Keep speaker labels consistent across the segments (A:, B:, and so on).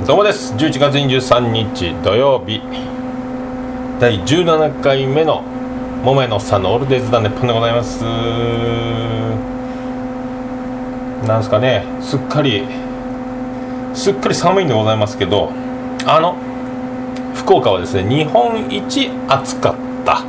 A: どうもです。11月23日土曜日第17回目の桃屋のおっさんのオールデイズ・ザ・ネッポンでございます。なんですかね、すっかり寒いんでございますけど、福岡はですね、日本一暑かった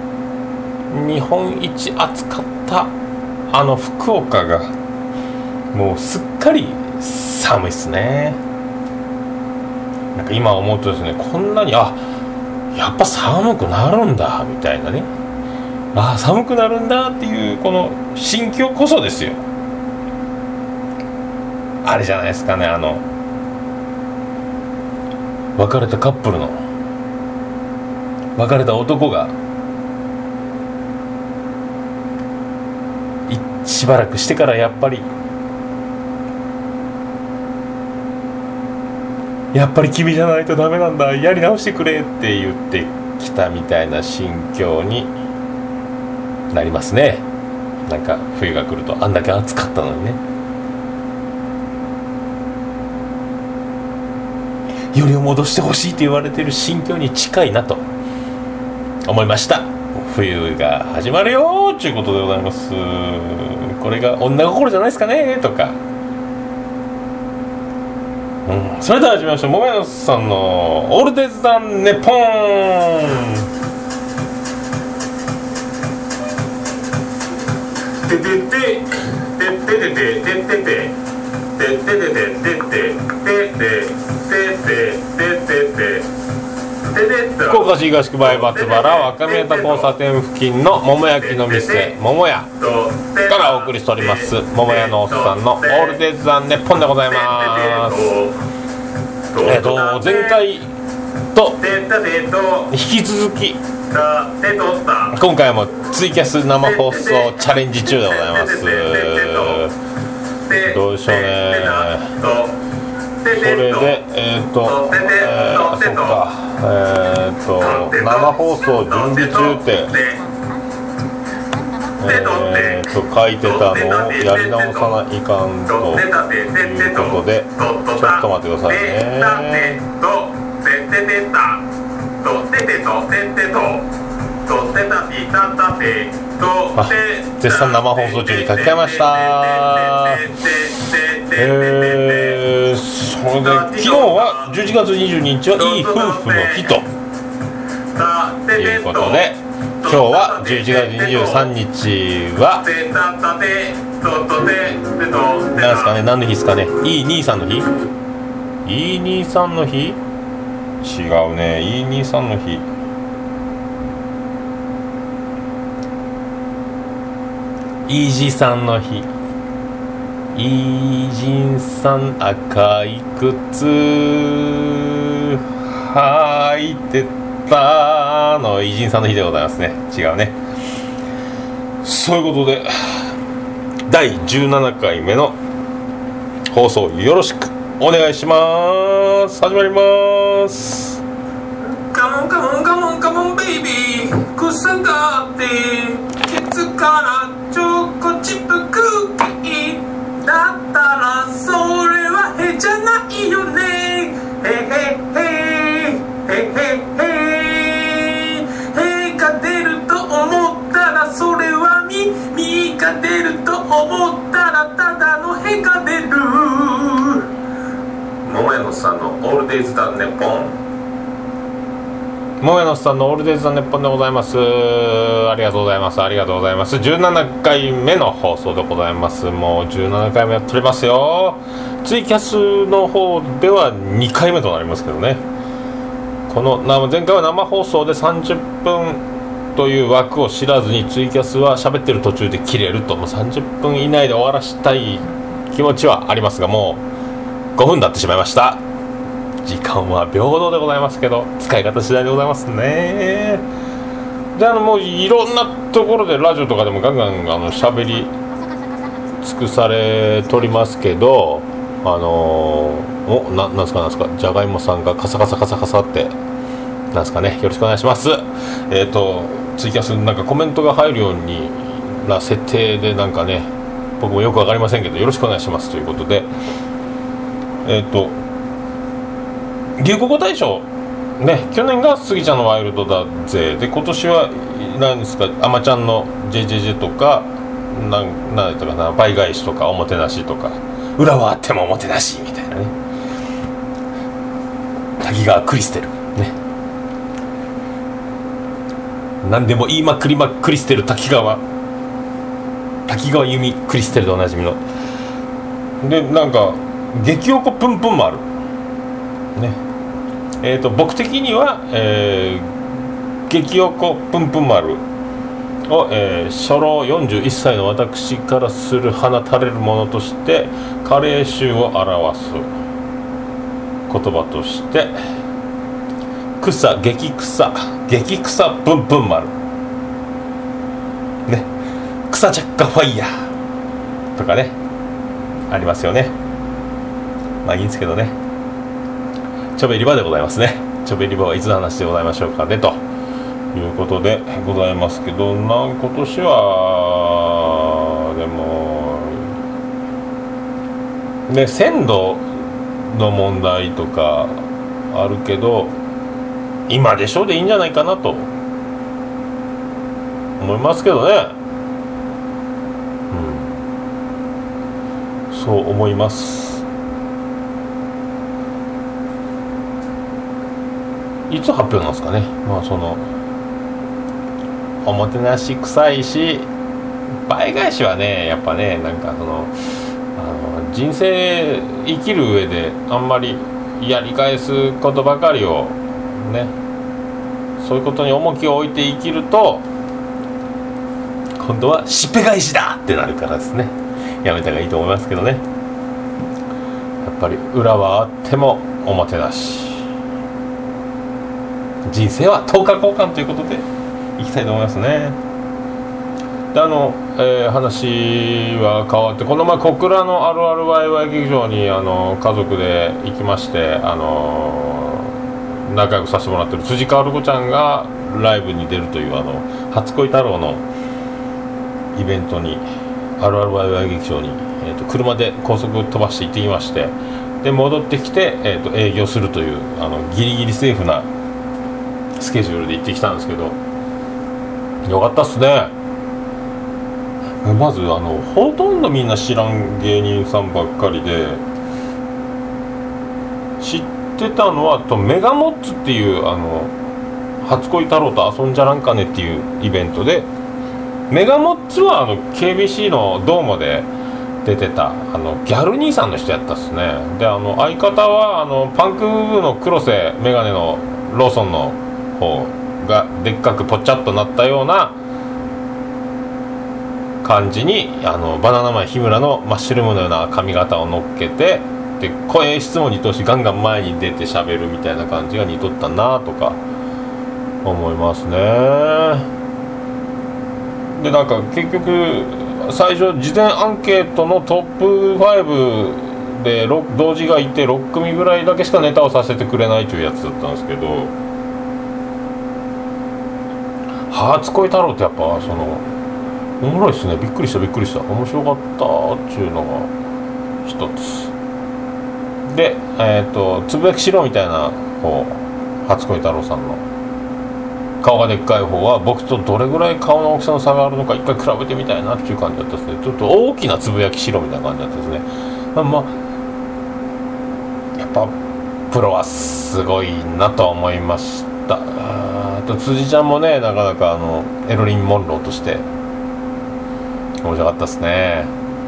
A: 福岡がもうすっかり寒いっすね。なんか今思うとですね、こんなにやっぱ寒くなるんだみたいなね、寒くなるんだっていうこの心境こそですよ、あれじゃないですかね、別れたカップルの別れた男がしばらくしてからやっぱり君じゃないとダメなんだ、やり直してくれって言ってきたみたいな心境になりますね。なんか冬が来るとあんだけ暑かったのにね、よりを戻してほしいと言われている心境に近いなと思いました。冬が始まるよということでございます。これが女心じゃないですかねとか、それでは始めましょう。桃屋のさんのオールデイズ・ザ・ネッポン。てててててててててて福岡市東区前松原若宮田交差点付近の桃焼きの店桃屋からお送りしております桃屋のおっさんのオールデイズ・ザ・ネッポンでございます。前回と引き続き今回もツイキャス生放送チャレンジ中でございます。どうでしょうね。それで生放送準備中って書いてたのをやり直さないかんということで、ちょっと待ってくださいね。絶賛生放送中に書き換えました。それで昨日は11月22日はいい夫婦の日ということで、今日は11月23日は何ですかね、何の日ですかね。いい兄さんの日、いい兄さんの日、違うね、いい兄さんの日、イージーさんの日、イージンさん赤い靴履いてたのイージンさんの日でございますね。違うね。そういうことで第17回目の放送よろしくお願いします。始まります。
B: カモンカモンカモンカモンベイビー、草がってケツからチョコチップクッキーだったらそれはへじゃないよね。へへへへへへへが出ると思ったらそれはみが出ると思ったらただのへが出る。桃屋のさんのオールデイズ・ザ・ネッポン。
A: 桃屋のさんのオールデイズ・ザ・ネッポンでございます。ありがとうございます。ありがとうございます。17回目の放送でございます。もう17回目やっておりますよ。ツイキャスの方では2回目となりますけどね。この前回は生放送で30分という枠を知らずにツイキャスは喋ってる途中で切れると、もう30分以内で終わらしたい気持ちはありますが、もう5分経ってしまいました。時間は平等でございますけど使い方次第でございますね。でもういろんなところでラジオとかでもガンガン喋り尽くされとりますけど、なんすかじゃがいもさんがカサカサカサカサってなんすかね、よろしくお願いします。ツイキャスなんかコメントが入るようにな設定でなんかね、僕もよくわかりませんけどよろしくお願いしますということで、 流行語大賞ね、去年がスギちゃんのワイルドだぜで、今年は何ですか、アマちゃんの JJJ とかなんだったかな、倍返しとかおもてなしとか、裏はあってもおもてなしみたいなね、滝川クリステルね、何でも言いまくりまクリステル滝川由美クリステルでおなじみので、なんか激おこプンプンもあるね。僕的には、激おこプンプン丸を、初老41歳の私からする放たれるものとして加齢臭を表す言葉として激草プンプン丸ね、草着火ファイヤーとかねありますよね。まあいいんですけどね、ちょべり場でございますね。ちょべり場はいつの話でございましょうかね、ということでございますけど、今年はでもね、鮮度の問題とかあるけど、今でしょでいいんじゃないかなと思いますけどね。そう思います。いつ発表なんですかね。まあそのおもてなし臭いし、倍返しはね、やっぱね、なんかその人生生きる上であんまりやり返すことばかりをね、そういうことに重きを置いて生きると、今度はしっぺ返しだってなるからですね、やめた方がいいと思いますけどね。やっぱり裏はあってもおもてなし、人生は10日交換ということでいきたいと思いますね。で話は変わって、この前小倉のあるあるワイワイ劇場に家族で行きまして、仲良くさせてもらってる辻香織子ちゃんがライブに出るという初恋太郎のイベントに、あるあるワイワイ劇場に、車で高速飛ばして行ってきまして、で戻ってきて、営業するというギリギリセーフなスケジュールで行ってきたんですけど、よかったっすね。まずほとんどみんな知らん芸人さんばっかりで、知ってたのはメガモッツっていう初恋太郎と遊んじゃらんかねっていうイベントで、メガモッツはKBC のドームで出てたギャル兄さんの人やったっすね。で相方はパンクブーの黒瀬メガネのローソンの方がでっかくぽちゃっとなったような感じにバナナマン日村のマッシュルームのような髪型を乗っけて、で声質も似としガンガン前に出て喋るみたいな感じが似とったなとか思いますね。でなんか結局最初事前アンケートのトップ5で同時がいて6組ぐらいだけしかネタをさせてくれないというやつだったんですけど、初恋太郎ってやっぱおもろいっすね。びっくりした面白かったっていうのが一つで、つぶやきしろみたいな方、初恋太郎さんの顔がでっかい方は僕とどれぐらい顔の大きさの差があるのか一回比べてみたいなっていう感じだったですね。ちょっと大きなつぶやきしろみたいな感じだったですね。まあやっぱプロはすごいなと思いました。あと辻ちゃんもね、なかなかエロリン・モンローとして面白かったですね。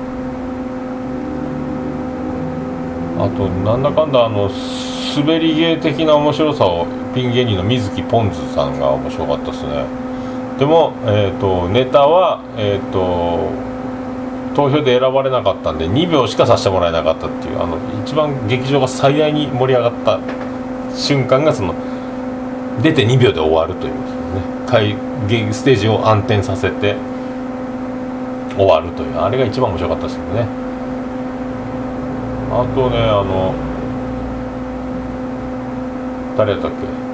A: あとなんだかんだ滑り芸的な面白さをピン芸人の水木ポンズさんが面白かったですね。でも、ネタは、投票で選ばれなかったんで2秒しかさせてもらえなかったっていう、一番劇場が最大に盛り上がった瞬間が出て2秒で終わるというね、ステージを暗転させて終わるという、あれが一番面白かったですよね。あとね、誰やったっけ、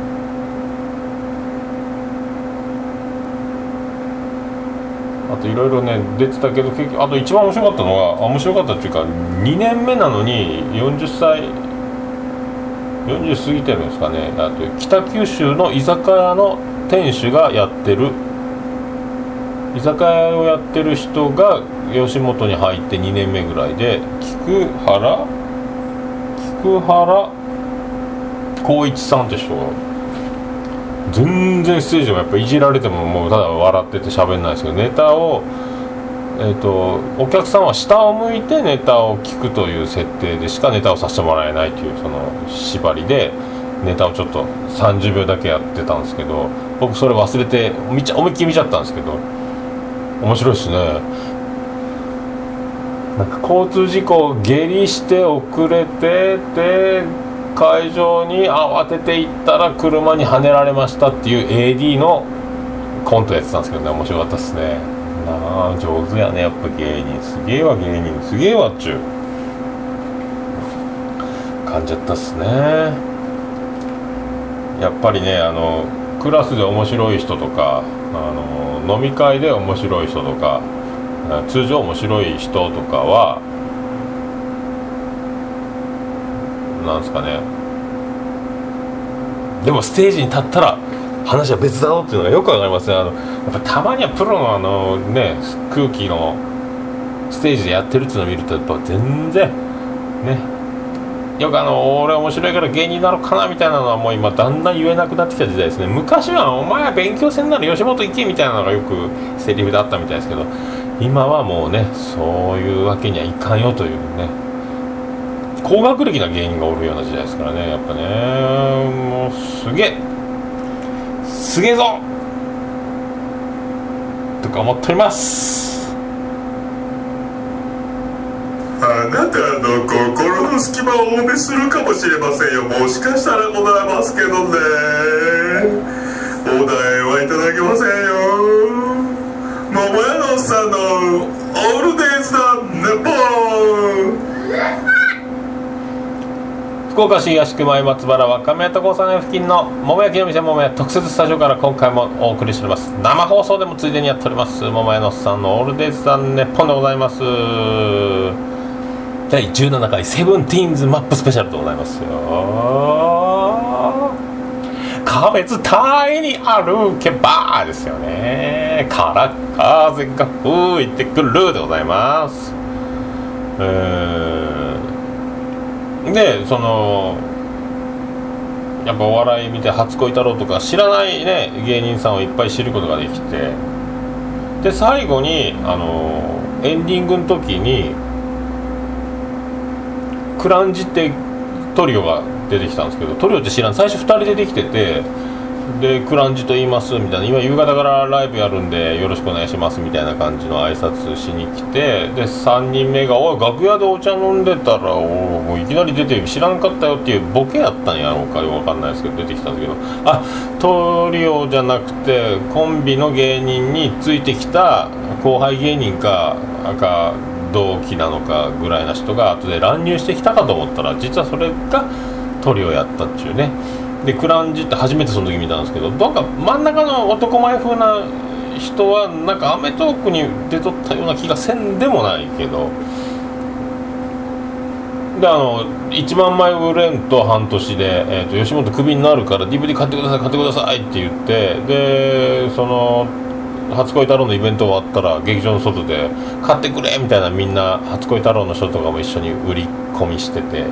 A: あといろいろね出てたけど、結局あと一番面白かったのが、面白かったっていうか2年目なのに40歳 40過ぎてるんですかね。あと北九州の居酒屋の店主がやってる、居酒屋をやってる人が吉本に入って2年目ぐらいで、菊原光一さんって人が全然ステージもやっぱいじられてももうただ笑ってて喋んないですけど、ネタをお客さんは下を向いてネタを聞くという設定でしかネタをさせてもらえないというその縛りでネタをちょっと30秒だけやってたんですけど、僕それ忘れて思いっきり見ちゃったんですけど、面白いですね。なんか交通事故下痢して遅れてで会場に慌てて行ったら車にはねられましたっていう AD のコントやってたんですけどね、面白かったですね。なあ上手やね、やっぱ芸人すげえわ、芸人すげえわっちゅう感じだったっすね。やっぱりね、クラスで面白い人とか飲み会で面白い人とか通常面白い人とかはなんですかね、でもステージに立ったら話は別だろうっていうのがよくわかりますね。やっぱたまにはプロのね空気のステージでやってるっていうのを見るとやっぱ全然ね、よく俺面白いから芸人なのかなみたいなのはもう今だんだん言えなくなってきた時代ですね。昔はお前は勉強せんなら吉本行けみたいなのがよくセリフであったみたいですけど、今はもうねそういうわけにはいかんよというね、高学歴な芸人がおるような時代ですからね。やっぱねもうすげえぞとか思っております。
B: あなたの心の隙間をお埋めするかもしれませんよ。もしかしたらございますけどね、お題はいただけませんよ。桃屋のおっさんのオールデイズだネポー。
A: 福岡市東区前松原若宮と交差点付近の桃焼きの店桃屋特設スタジオから今回もお送りしております。生放送でもついでにやっております桃屋のおっさんのオールデイズさんネッポンでございます。第17回セブンティーンズマップスペシャルでございますよ。壁伝いに歩けばですよね。から風が吹いてくるでございます。でそのやっぱお笑い見て初恋太郎とか知らないね芸人さんをいっぱい知ることができて、で最後にエンディングの時にクランジってトリオが出てきたんですけど、トリオって知らん、最初2人出てきてて、でクランジと言いますみたいな、今夕方からライブやるんでよろしくお願いしますみたいな感じの挨拶しに来て、で3人目がおい楽屋でお茶飲んでたらもういきなり出て知らんかったよっていうボケやったんやろうかよくわかんないですけど出てきたんですけど、あトリオじゃなくてコンビの芸人についてきた後輩芸人か同期なのかぐらいな人が後で乱入してきたかと思ったら実はそれがトリオやったっていうね。でクランジって初めてその時見たんですけど、なんか真ん中の男前風な人はなんかアメトークに出とったような気がせんでもないけど、で1万枚売れんと半年で、吉本クビになるから DVD 買ってくださいって言って、でその初恋太郎のイベント終わったら劇場の外で買ってくれみたいな、みんな初恋太郎の人とかも一緒に売り込みしてて、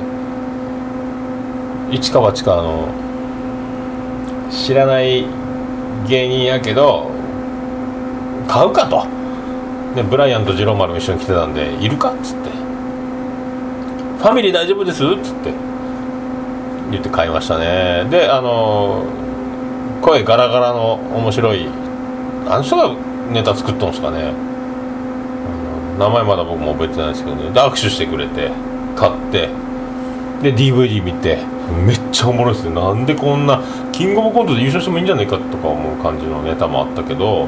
A: 一か八か知らない芸人やけど買うかと、でブライアンとジローマルも一緒に来てたんでいるかっつって、ファミリー大丈夫ですっつって言って買いましたね。で声ガラガラの面白い人がネタ作ったんですかね、名前まだ僕も覚えてないですけどね。で握手してくれて買ってで DVD 見てめっちゃおもろいですね。なんでこんなキングオブコントで優勝してもいいんじゃないかとか思う感じのネタもあったけど、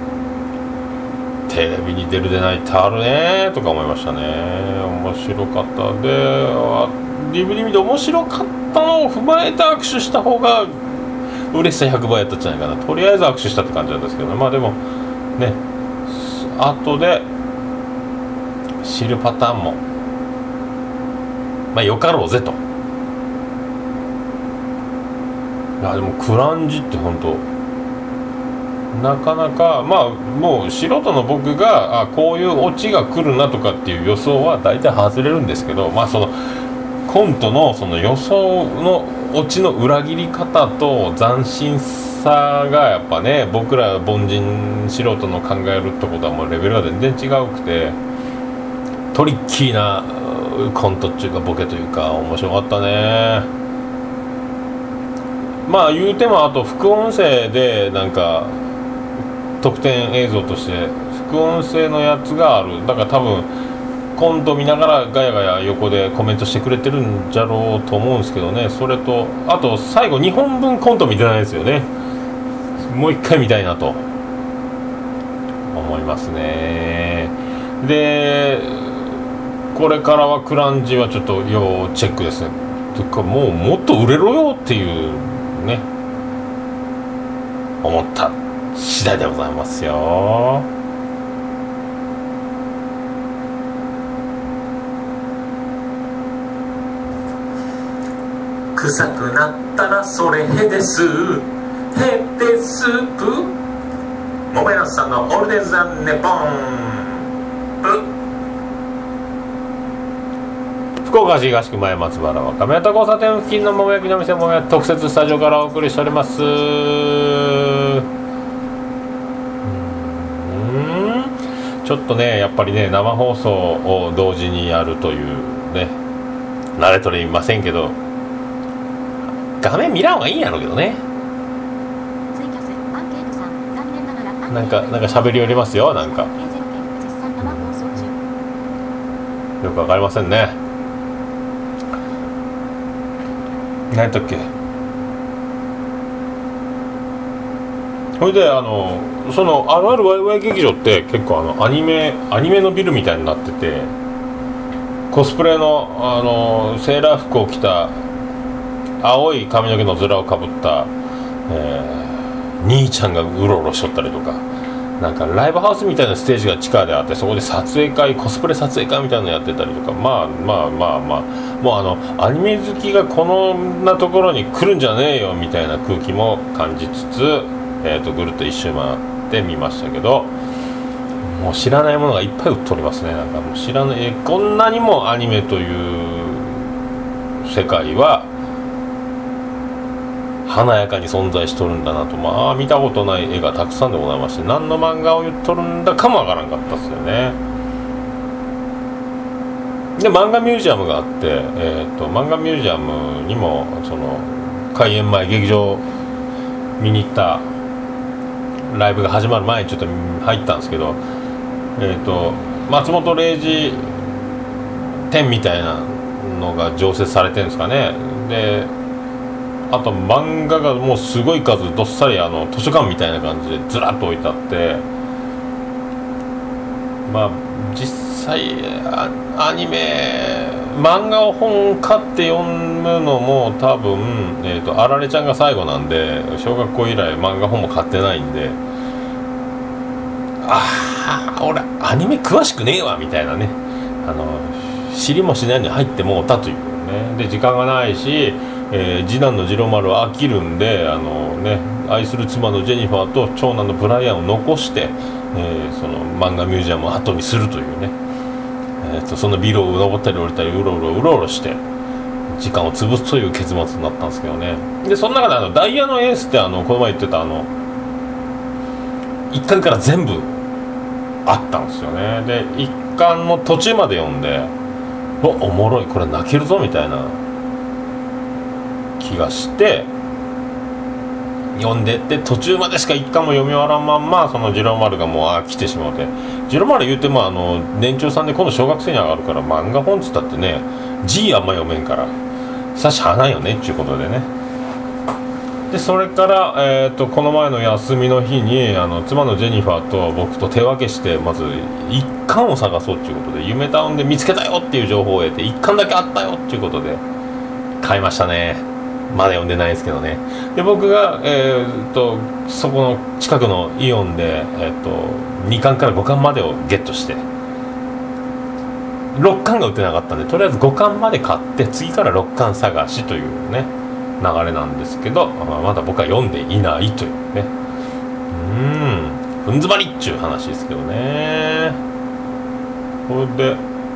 A: テレビに出る出ないってあるねとか思いましたね。面白かったで DVD 見て面白かったのを踏まえて握手した方が嬉しさ100倍やったんじゃないかな。とりあえず握手したって感じなんですけどね。まあでもね後で知るパターンもまあよかろうぜといやでもクランジって本当なかなか、まあもう素人の僕がこういうオチが来るなとかっていう予想は大体外れるんですけど、まあそのコントのその予想のオチの裏切り方と斬新さがやっぱね、僕ら凡人素人の考えるってことはもうレベルが全然違うくて、トリッキーなコントっていうかボケというか面白かったね。まあ言うてもあと副音声でなんか特典映像として副音声のやつがある。だから多分コント見ながらガヤガヤ横でコメントしてくれてるんじゃろうと思うんですけどね。それとあと最後2本分コント見てないですよね。もう1回見たいなと思いますね。でこれからはクランジはちょっと要チェックですね。というかもっと売れろよっていうね思った次第でございますよ。
B: 臭くなったらそれヘデスヘデスープ、もめのさんのオールデンザンネポンプ。
A: 福岡市東区前松原は亀田交差点付近の桃焼きの店桃焼き特設スタジオからお送りしております。ちょっとねやっぱりね生放送を同時にやるというね慣れとりませんけど、画面見らん方がいいんやろうけどね。なんか喋り寄りますよ。なんかよくわかりませんね。何やったっけ。それでそのあるあるワイワイ劇場って結構アニメのビルみたいになってて、コスプレのセーラー服を着た青い髪の毛の面をかぶった、兄ちゃんがうろうろしとったりとか、なんかライブハウスみたいなステージが地下であって、そこで撮影会コスプレ撮影会みたいなのやってたりとか、まあもうアニメ好きがこんなところに来るんじゃねえよみたいな空気も感じつつ、ぐるっと一周回ってみましたけど、もう知らないものがいっぱい売っておりますね。なんかもう知らない、こんなにもアニメという世界は華やかに存在しとるんだなと、まあ見たことない絵がたくさんでございまして、何の漫画を言っとるんだかもわからんかったですよね。で漫画ミュージアムがあって、漫画ミュージアムにもその開演前劇場見に行ったライブが始まる前にちょっと入ったんですけど、松本零士展みたいなのが常設されてるんですかね。であと漫画がもうすごい数どっさり図書館みたいな感じでずらっと置いてあって、まあ実際アニメ漫画を本買って読むのも多分あられちゃんが最後なんで、小学校以来漫画本も買ってないんで、俺アニメ詳しくねえわみたいなね、知りもしないのに入ってもうたというね。で時間がないし、次男の次郎丸は飽きるんで愛する妻のジェニファーと長男のブライアンを残して、その漫画ミュージアムを後にするというね、そのビルを登ったり降りたりうろうろして時間を潰すという結末になったんですけどね。でその中でダイヤのエースってこの前言ってた1巻から全部あったんですよね。で1巻の途中まで読んでおもろい、これ泣けるぞみたいな気がして読んでって、途中までしか一巻も読み終わらんまんまその次郎丸がもう飽きてしまって、次郎丸言うても年長さんで今度小学生に上がるから漫画本つったってね字あんま読めんからさしゃあないよねっていうことでね。でそれから、この前の休みの日に妻のジェニファーと僕と手分けしてまず一巻を探そうっていうことで夢タウンで見つけたよっていう情報を得て、一巻だけあったよっていうことで買いましたね。まだ読んでないですけどね。で僕が、そこの近くのイオンで、2巻から5巻までをゲットして6巻が売ってなかったんでとりあえず5巻まで買って次から6巻探しというね流れなんですけど、まだ僕は読んでいないというね、ふん詰まりっちゅう話ですけどね。これで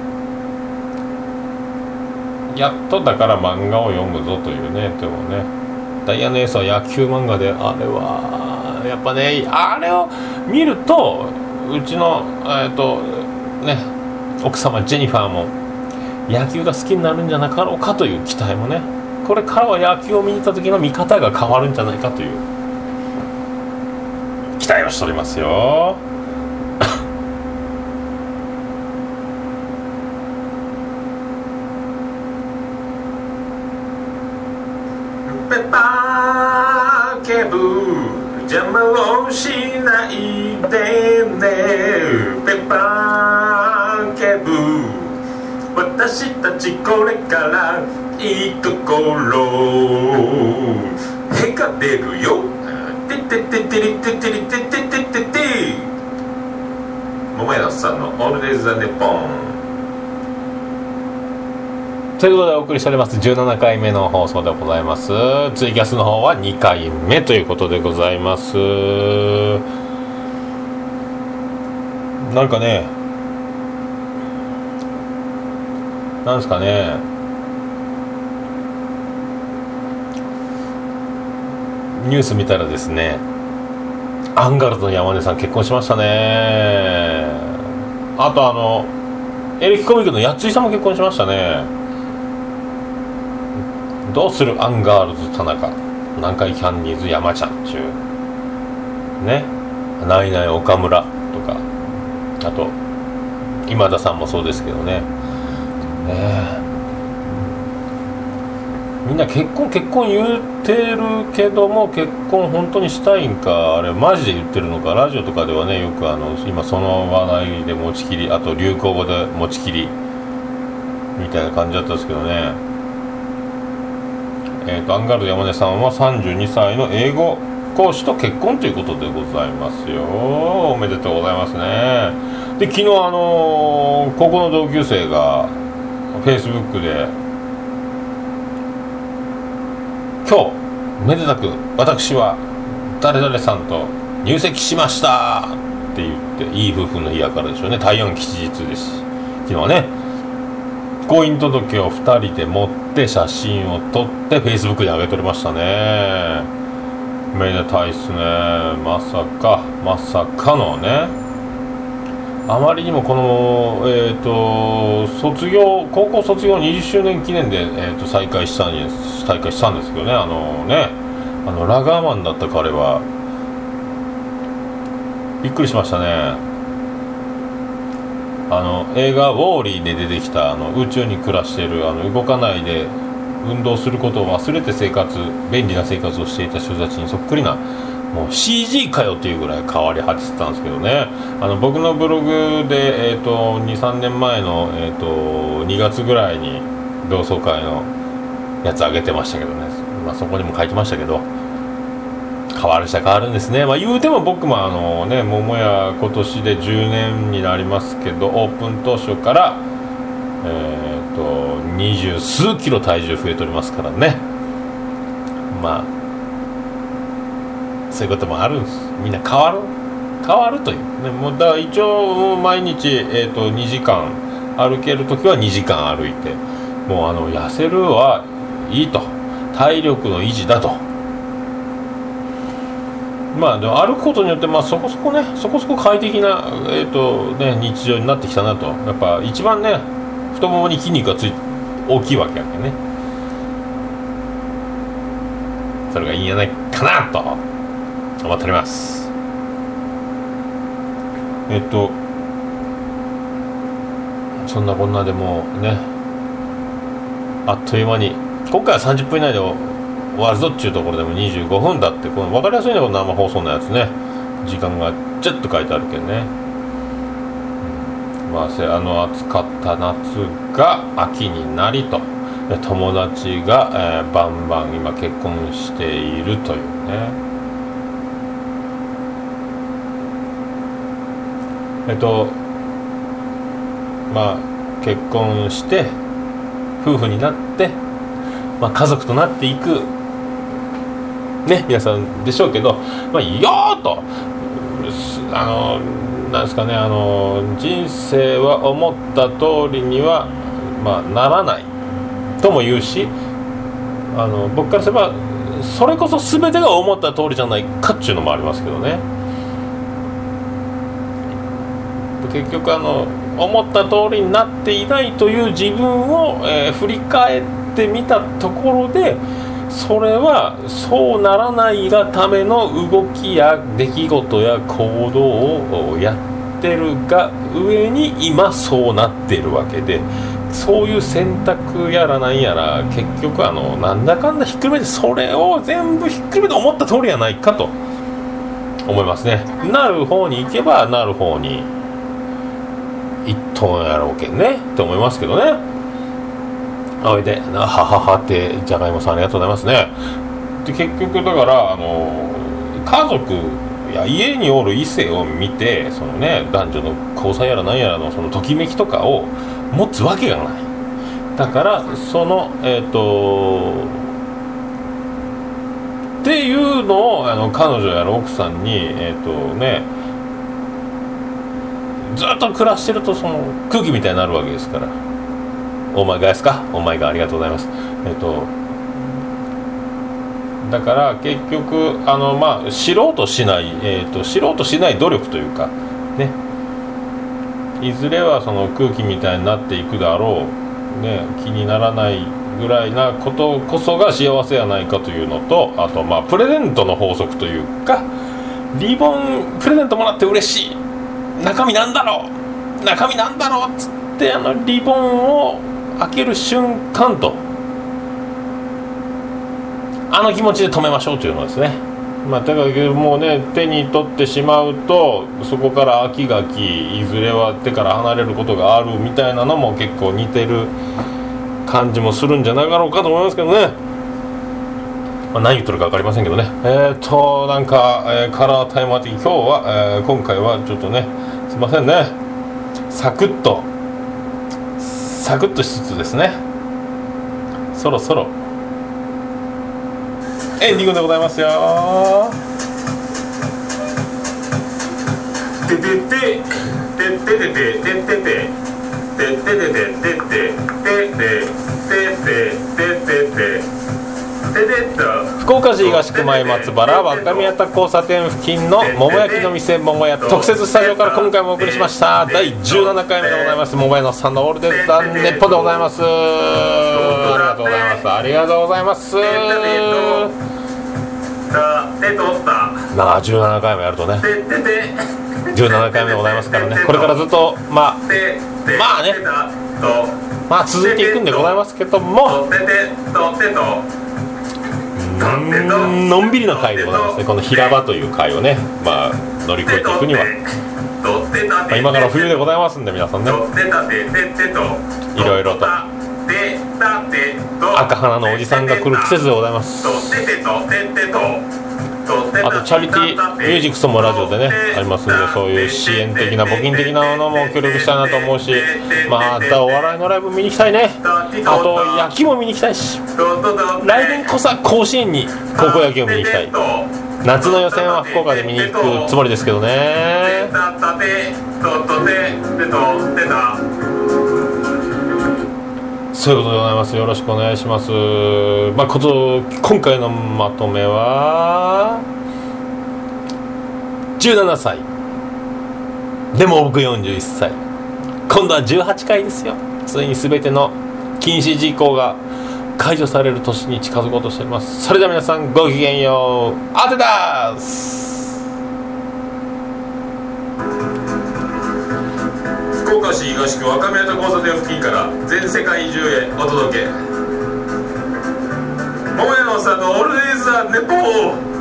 A: やっとだから漫画を読むぞというね。でもね、ダイヤのエースは野球漫画で、あれはやっぱね、あれを見るとうちのね、奥様ジェニファーも野球が好きになるんじゃなかろうかという期待もね、これからは野球を見に行った時の見方が変わるんじゃないかという期待をしておりますよ。
B: ペッパー警部邪魔をしないでね。ペッパー警部私たちこれからいいところへが出るよ。ててててりててりててててて。桃屋さんのオールデイズ・ザ・ネッポン
A: ということでお送りしております17回目の放送でございます。ツイキャスの方は2回目ということでございます。なんかね、なんですかね、ニュース見たらですね、アンガールズの山根さん結婚しましたね。あとエレキコミックのやついさんも結婚しましたね。どうするアンガールズ田中、南海キャンディーズ山ちゃんちゅうね、ナイナイ岡村とか、あと今田さんもそうですけどね、みんな結婚言ってるけども、結婚本当にしたいんか、あれマジで言ってるのか。ラジオとかではね、よく今その話題で持ちきり、あと流行語で持ちきりみたいな感じだったんですけどね。アンガールズ山根さんは32歳の英語講師と結婚ということでございますよ。おめでとうございますね。で、昨日高校の同級生が Facebook で、今日めでたく私は誰々さんと入籍しましたって言って、いい夫婦の日やからでしょうね。大安吉日です。昨日はね、婚姻届を2人で持って写真を撮って Facebook に上げておりましたね。めでたいっすね。まさかのね、あまりにもこの高校卒業20周年記念で、再開したんですけどね、ラガーマンだった彼はびっくりしましたね。映画ウォーリーで出てきた宇宙に暮らしている動かないで運動することを忘れて便利な生活をしていた人たちにそっくりな、もう CG かよというぐらい変わり果ててたんですけどね。僕のブログで、2、3年前の、2月ぐらいに同窓会のやつ上げてましたけどね、そこにも書いてましたけど、変わるんですね。言うても僕も桃屋今年で10年になりますけど、オープン当初から20数キロ体重増えておりますからね。そういうこともあるんです。みんな変わるというね。もうだから一応毎日2時間歩けるときは2時間歩いて、もう痩せるはいいと、体力の維持だと。でも歩くことによってそこそこ快適な日常になってきたなと。やっぱ一番ね、太ももに筋肉が大きいわけやけんね。それがいいんじゃないかなと思っております。そんなこんなでもうね、あっという間に今回は30分以内で終わるぞっていうところでも25分だって、この分かりやすいね、この生放送のやつね、時間がちょっと書いてあるけどね。暑かった夏が秋になりと、友達が、バンバン今結婚しているというね。結婚して夫婦になって、家族となっていくね皆さんでしょうけど、まあ、よーとなんですかね、人生は思った通りには、まあ、ならないとも言うし、僕からすればそれこそ全てが思った通りじゃないかっていうのもありますけどね。結局思った通りになっていないという自分を、振り返ってみたところで、それはそうならないがための動きや出来事や行動をやってるが上に今そうなっているわけで、そういう選択やらなんやら結局なんだかんだひっくるめてそれを全部ひっくるめて思った通りやないかと思いますね。なる方に行けばなる方に一トンやろうけんねって思いますけどね。おいではははってじゃがいもさんありがとうございますね。で結局だから家族や家におる異性を見てそのね男女の交際やらなんやらのそのときめきとかを持つわけがない。だからそのっていうのを彼女やら奥さんにずっと暮らしてるとその空気みたいになるわけですから。オーマイガーですか、オーマイガーありがとうございます。だから結局まあ知ろうとしない努力というかね、いずれはその空気みたいになっていくだろう、ね、気にならないぐらいなことこそが幸せやないかというのと、あとまあプレゼントの法則というか、リボンプレゼントもらって嬉しい、中身なんだろうっつってリボンを開ける瞬間と気持ちで止めましょうというのですね。まあ、だからもうね手に取ってしまうとそこから飽きがき、いずれは手から離れることがあるみたいなのも結構似てる感じもするんじゃなかろうかと思いますけどね。まあ、何言っとるか分かりませんけどね。なんか、カラータイマー的今日は、今回はちょっとねすいませんね、サクッとしつつですね、そろそろエンディングでございますよ。
B: ててててててててててて
A: 福岡市東区前松原若宮田交差点付近の桃焼きの店桃屋特設スタジオから今回もお送りしました第17回目でございます。桃屋のさんのオールデイズ・ザ・ネッポンでございます。ありがとうございます。ありがとうございます。17回もやるとね17回目でございますからね、これからずっとまあ続いていくんでございますけども、のんびりな回でございますね。この平場という回をね、まあ乗り越えていくには、まあ、今から冬でございますんで皆さんね、いろいろと赤鼻のおじさんが来る季節でございます。あとチャリティーミュージックスもラジオでねありますんで、そういう支援的な募金的なものも協力したいなと思うし、またお笑いのライブ見に行きたいね。あと野球も見に行きたいし、来年こそは甲子園に高校野球を見に行きたい。夏の予選は福岡で見に行くつもりですけどね。そういうことでございます。よろしくお願いします。まあ、今回のまとめは17歳でも僕41歳、今度は18回ですよ。ついに全ての禁止事項が解除される年に近づこうとしております。それでは皆さんごきげんよう。あてだーす。
B: 福岡市東区若宮田交差点付近から全世界中へお届け、桃屋のおっさんのオールデイズ・ザ・ネポー。